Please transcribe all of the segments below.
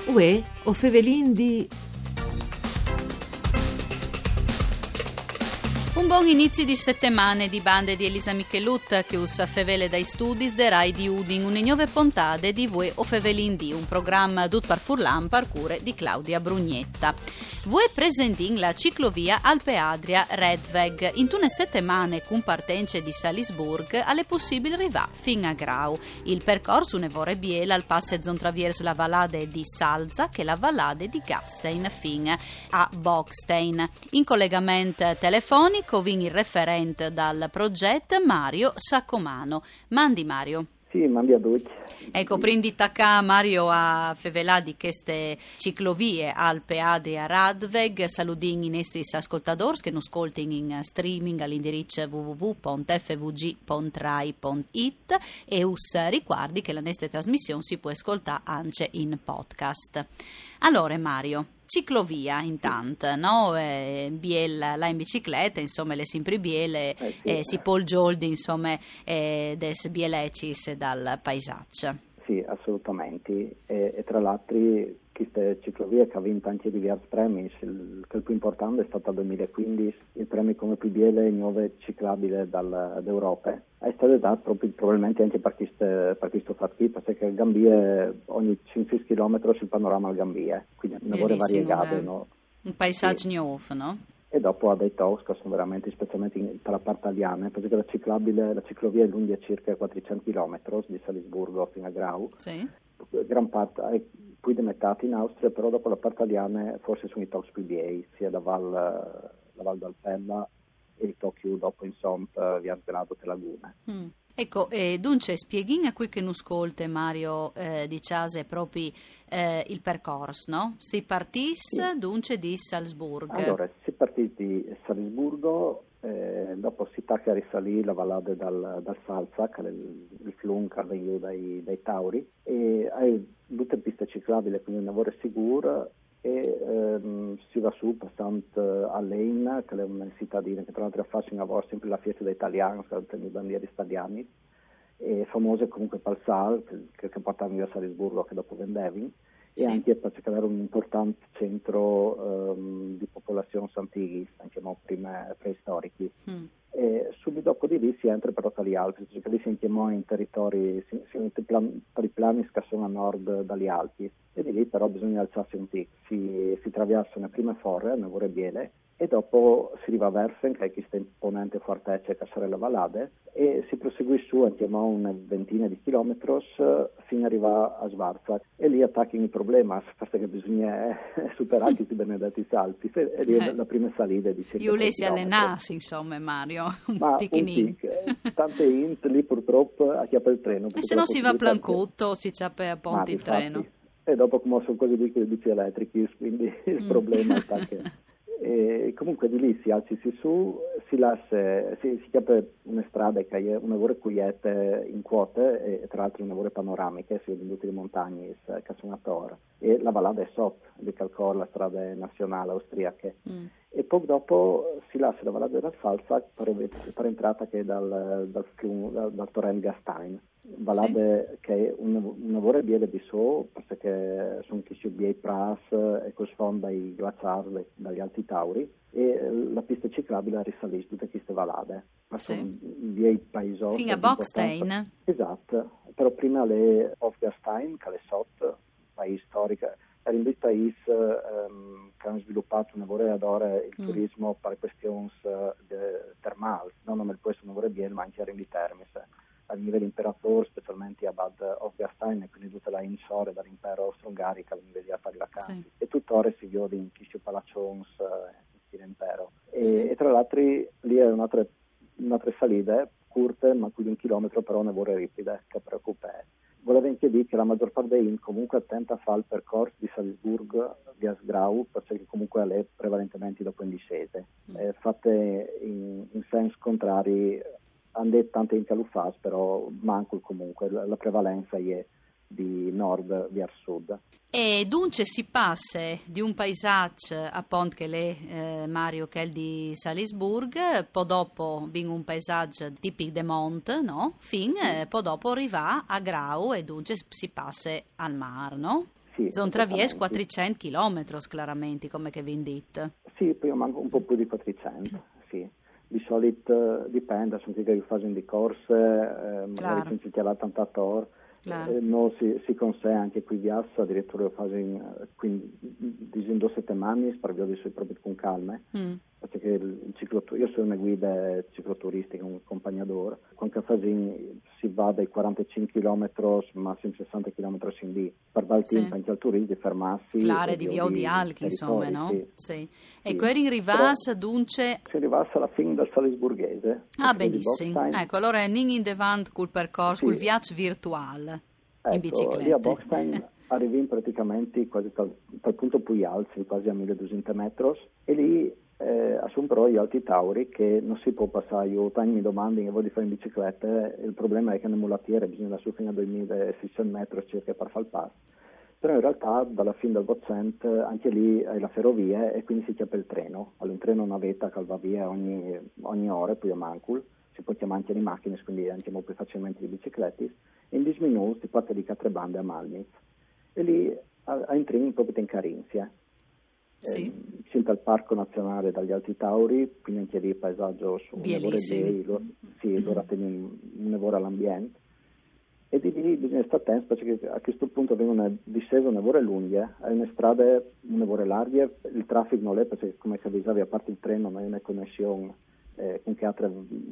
Uè, o fevelin di... Un buon inizio di settimane di bande di Elisa Michelut che usa fevele dai studi de Rai di Udin, un nuove puntate di Vue o Fevelin di, un programma dut par furlan par cure di Claudia Brugnetta. Vue presentin la ciclovia Alpe Adria Redweg in tune settimane con partenze di Salisburg alle possibili arrivà fin a Grau. Il percorso un'evore biela al passe zontraviers la vallade di Salza che la vallade di Gastein fin a Bogstein. In collegamento telefonico vin il referente dal progetto Mario Saccomano. Mandi Mario. Sì, mandi a tutti. Ecco, prendi tacca Mario a fevelà di queste ciclovie Alpe Adria Radweg. Saludin i nostri ascoltatori che non ascoltano in streaming all'indirizzo www.fvg.rai.it e us ricordi che la nostra trasmissione si può ascoltare anche in podcast. Allora Mario, ciclovia intanto, no? Biel là in bicicletta, insomma, le sempre biele, sì. si può il gioldi, insomma, des bielecis dal paesaggio. Sì, assolutamente. E tra l'altro queste ciclovie che ha vinto anche diversi premi, il più importante è stato il 2015, il premio come più biele nuove ciclabile d'Europa. È stato dato proprio probabilmente anche per questo fatto qui, perché il Gambie ogni 5 km sul panorama al Gambie, quindi un lavoro variegato. No? Un paesaggio sì. nuovo, no? E dopo ha dei Tosca sono veramente, specialmente per la parte italiana, perché la ciclovia è lunga circa 400 km di Salisburgo fino a Grau. Sì. Gran parte, poi di metà in Austria, però dopo la parte italiana forse sono i Tox più bei, sia la Val d'Alpella e il Tokyo dopo insomma via Sgrado e Laguna. Ecco, dunque spieghin a cui che non ascolte Mario di Ciase proprio il percorso, no? Si partisse sì. Dunque di Salzburg. Allora, si partì di Salisburgo, dopo si tacca a risalire la vallata dal Salza, che è il flun che arriva dai Tauri, e hai tutte piste ciclabili, quindi un lavoro sicuro, e si va su passando a Lein, che è una cittadina che tra l'altro affascina a voi sempre la fiesta dei italiani, che hanno i bandieri italiani, e famose comunque per il Sal, che portavano via a Salisburgo, che dopo vendevi, e anche perché era un importante centro di popolazioni antiche, anche prima preistoriche. E subito dopo di lì si entra però tra gli Alpi, perché lì si chiamò in territori, per i plani che sono a nord dagli Alpi, e di lì però bisogna alzarsi un tic, si attraversano prima Forre, una vorre biele, e dopo si arriva a Versen, che è questa imponente fortezza che sarà la Vallade, e si prosegue su andiamo una ventina di chilometri fino ad arrivare a Svarza, e lì attacchi il problema, perché bisogna superare questi benedetti salti, e lì è la prima salita di circa Io le si 3 allenassi, insomma, Mario, ma un tic, tante int lì purtroppo a chiappa il treno. E se no si va a Plancotto, si ciappa a ponte il treno. E dopo come sono cose di bici elettriche, quindi il problema è che... E comunque di lì si alzi su, si chiappa una strada che è una vorre quiete in quote e tra l'altro una vorre panoramiche, si vedono tutte le montagne che sono attorno, e la vallata è sotto, di calcor la strada nazionale austriache. E poi dopo si lascia la vallata della Salsa per entrata che è dal torrente Gastein. Vallate che è una vorre biele di so, perché sono chi biei pras e col sfondo dai glaciari dagli Alti Tauri, e la pista ciclabile risalisce tutte queste vallate. Ma sono biei paesotti. Fino a Bogstein. Esatto, però prima le Hofgastein, che è sotto, paese storica, era in due paesi che hanno sviluppato una vorre ad ora il turismo per questioni termali, non come questo una vorre biele, ma anche in termis. A livello imperatore, specialmente a Bad Hofgastein, e quindi tutta la insore dall'impero austro-ungarico che veniva a fare le vacanze. Sì. E tuttora si vede in Kishu Palacions in impero. E tra l'altro lì è un'altra salita, corte, ma più di 1 chilometro, però una vorre ripide, che preoccupa. Volevo anche dire che la maggior parte dei in comunque attenta a fare il percorso di Salisburgo via Sgrau, perché comunque è prevalentemente dopo in discese. Fatte in senso contrari, hanno detto tante incalufas, però manco comunque, la prevalenza è di nord verso sud. E dunque si passa di un paesaggio a Pont che è Mario che è di Salisburg, poi dopo viene un paesaggio tipico de Mont, no? Poi dopo arriva a Grau e dunque si passa al mare, no? Sì, sono travies 400 km, chiaramente, come che vi dite. Sì, poi manco un po' più di 400, sì. Di solito dipende, sono che fanno di corse, magari ci chiamano tanta ore, no, si consegna anche qui di Assa, addirittura lo fanno in 2 settimane, sparvio di proprio con calma, perché io sono una guida cicloturistica, un accompagnatore, quando si va dai 45 km, massimo 60 km in D, per dare tempo anche al turista di fermarsi. Claro, di via di Alchi, insomma, no? Sì. Ecco, eri in Rivas, dunque... Si arrivasse alla fine del Salisburghese. Ah, benissimo. Ecco, allora è in davanti col percorso, col viaggio virtuale, in bicicletta. Lì a Bockstein arrivi praticamente quasi dal punto più alto, quasi a 1200 metri, e lì sono però gli alti tauri che non si può passare. Io mi domando che voglio fare in bicicletta, il problema è che nel mulattiere bisogna su fino a 2600 metri circa per fare il passo. Però in realtà dalla fine del Bozzent anche lì è la ferrovia e quindi si chiama il treno. All'interno treno una vetta che va via ogni ora, poi a Mancul, si può chiamare anche le macchine, quindi anche molto più facilmente le biciclette. E in 10 minuti si parte di 4 bande a Malnitz. E lì entri proprio in Carinzia. Sì. C'è il Parco Nazionale dagli Alti Tauri, quindi anche lì il paesaggio su loro tengono un lavoro all'ambiente. E di lì bisogna stare attenti perché a questo punto viene una discesa un'ora lunga, è una strada un'ora larga, il traffico non è perché come si avvisavi a parte il treno non è una connessione con che altre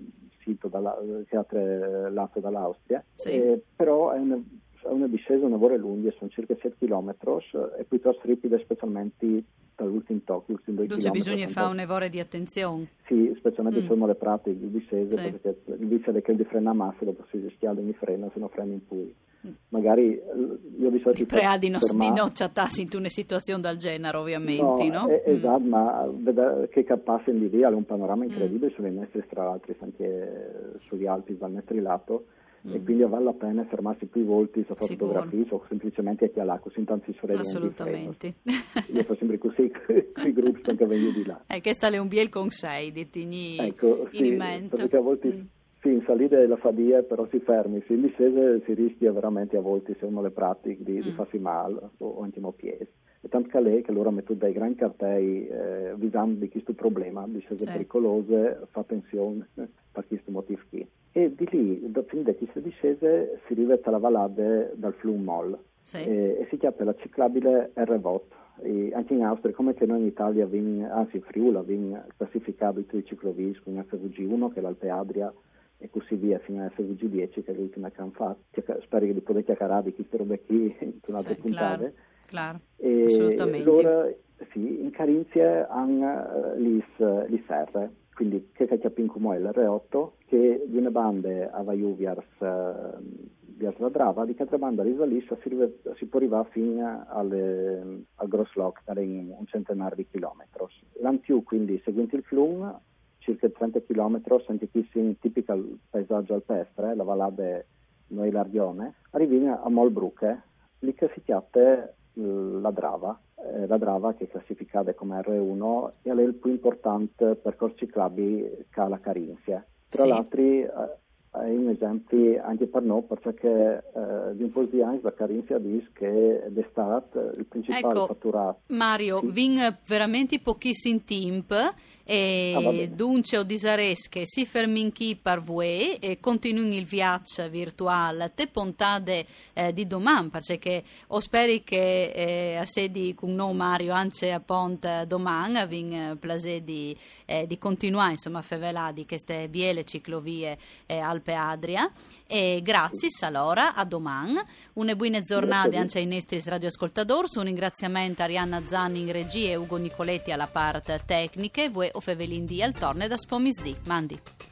lato dall'Austria, però è una discesa un'ora lunga, sono circa 7 km e piuttosto ripide specialmente dall'ultimo tocco, l'ultimo 2 km. Bisogna fare un'ora di attenzione. Sì, specialmente sono le pratiche di discesa, perché il vizio è che di frena a massa, dopo si schialda in freno, se no frena in poi. Magari io di solito di non chattassi in una situazione del genere, ovviamente, no? Esatto, ma vedere che passa in via è un panorama incredibile sulle nostre strade, anche sugli Alpi dal nostro lato. E quindi vale la pena fermarsi più volte su fotografie o semplicemente a Chialaco, intanto si assolutamente. Io faccio sempre così con i gruppi che vengono di là. Questo è un bel consiglio di tenere in mente. Perché a volte in salita la fadia, però si fermi, in discesa si rischia veramente a volte, se uno le pratiche, di farsi male o anche a piedi. E tanto che lei che loro mettono dei gran cartelli visando di questo problema, discese pericolose, fa attenzione per questo motivo qui. E di lì, dopo da queste discese, si arriva alla vallata dal Flum Moll e si chiama la ciclabile R-Vot. E anche in Austria, come che noi in Italia, anzi in Friuli, abbiamo classificato i ciclovis con FVG1, che è l'Alpe Adria, e così via fino a FVG10, che è l'ultima che hanno fatto. Spero di poter chiacchierare di queste robe qui in un'altra puntata. Claro, e assolutamente. Allora, in Carinzia hanno le serre, quindi che capiamo come è l'R8, che di una banda a Vaiù verso la Drava, di che banda risalissa si può arrivare fino al Grossloch, da un centinaio di chilometri. L'Antiu, quindi, seguente il Flum, circa 30 km, anche qui in tipico paesaggio alpestre, la vallata Noi Lardione, arrivi a Mollbrücke, lì che si chiama la Drava che è classificata come R1 e è il più importante percorso ciclabile che ha la Carinzia. Tra l'altro è un esempio anche per noi perché di un po' di anni la Carinzia dice che è d'estate il principale fatturato. Mario, vin veramente pochissimo tempo e dunque ho disaresche si fermin chi per voi e continui il viaggio virtuale te puntate di domani perché ho speri che a sedi con noi Mario anche a Pont domani vin piacere di continuare insomma a fevelare di queste biele ciclovie Alpe Adria e grazie allora a domani una buona giornata anche ai nostri radioascoltatori un ringraziamento a Arianna Zanni in regia e Ugo Nicoletti alla parte tecnica e voi o Fevelin di al torne da Spomisdi. Mandi.